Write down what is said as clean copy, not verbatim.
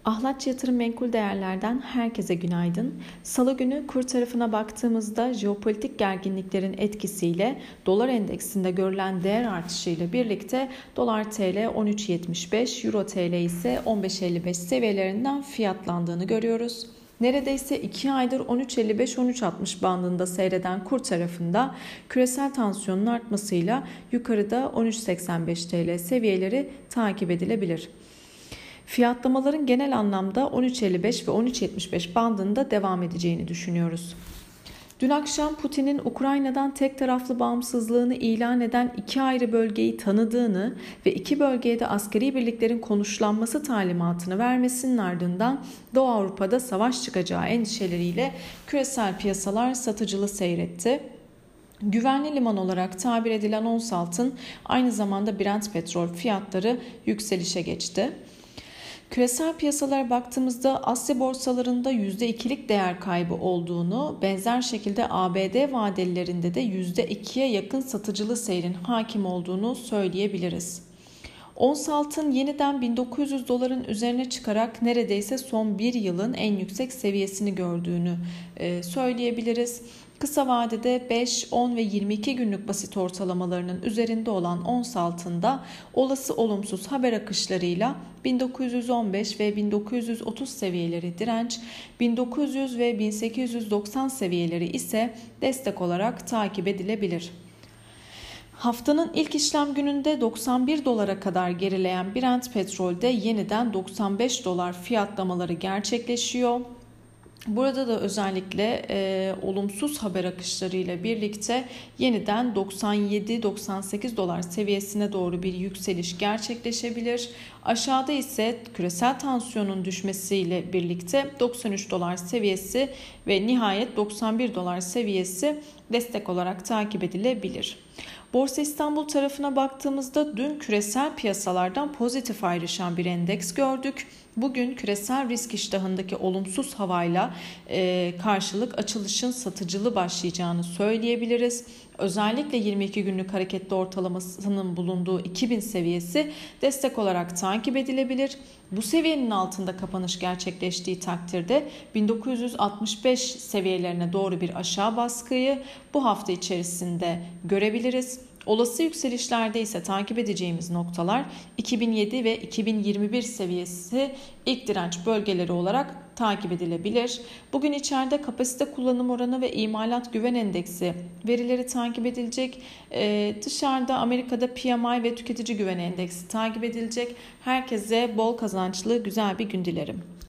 Ahlatçı Yatırım Menkul Değerler'den herkese günaydın. Salı günü kur tarafına baktığımızda jeopolitik gerginliklerin etkisiyle dolar endeksinde görülen değer artışıyla birlikte dolar TL 13.75, euro TL ise 15.55 seviyelerinden fiyatlandığını görüyoruz. Neredeyse 2 aydır 13.55-13.60 bandında seyreden kur tarafında küresel tansiyonun artmasıyla yukarıda 13.85 TL seviyeleri takip edilebilir. Fiyatlamaların genel anlamda 13.55 ve 13.75 bandında devam edeceğini düşünüyoruz. Dün akşam Putin'in Ukrayna'dan tek taraflı bağımsızlığını ilan eden iki ayrı bölgeyi tanıdığını ve iki bölgeye de askeri birliklerin konuşlanması talimatını vermesinin ardından Doğu Avrupa'da savaş çıkacağı endişeleriyle küresel piyasalar satıcılı seyretti. Güvenli liman olarak tabir edilen ons altın aynı zamanda Brent petrol fiyatları yükselişe geçti. Küresel piyasalara baktığımızda Asya borsalarında %2'lik değer kaybı olduğunu, benzer şekilde ABD vadelilerinde de %2'ye yakın satıcılı seyrin hakim olduğunu söyleyebiliriz. Ons altın yeniden 1900 doların üzerine çıkarak neredeyse son bir yılın en yüksek seviyesini gördüğünü söyleyebiliriz. Kısa vadede 5, 10 ve 22 günlük basit ortalamalarının üzerinde olan ons altında olası olumsuz haber akışlarıyla 1915 ve 1930 seviyeleri direnç, 1900 ve 1890 seviyeleri ise destek olarak takip edilebilir. Haftanın ilk işlem gününde 91 dolara kadar gerileyen Brent petrolde yeniden 95 dolar fiyatlamaları gerçekleşiyor. Burada da özellikle olumsuz haber akışlarıyla birlikte yeniden 97-98 dolar seviyesine doğru bir yükseliş gerçekleşebilir. Aşağıda ise küresel tansiyonun düşmesiyle birlikte 93 dolar seviyesi ve nihayet 91 dolar seviyesi destek olarak takip edilebilir. Borsa İstanbul tarafına baktığımızda dün küresel piyasalardan pozitif ayrışan bir endeks gördük. Bugün küresel risk iştahındaki olumsuz havayla karşılık açılışın satıcılı başlayacağını söyleyebiliriz. Özellikle 22 günlük hareketli ortalamasının bulunduğu 2000 seviyesi destek olarak takip edilebilir. Bu seviyenin altında kapanış gerçekleştiği takdirde 1965 seviyelerine doğru bir aşağı baskıyı bu hafta içerisinde görebiliriz. Olası yükselişlerde ise takip edeceğimiz noktalar 2007 ve 2021 seviyesi ilk direnç bölgeleri olarak takip edilebilir. Bugün içeride kapasite kullanım oranı ve imalat güven endeksi verileri takip edilecek. Dışarıda Amerika'da PMI ve tüketici güven endeksi takip edilecek. Herkese bol kazançlı güzel bir gün dilerim.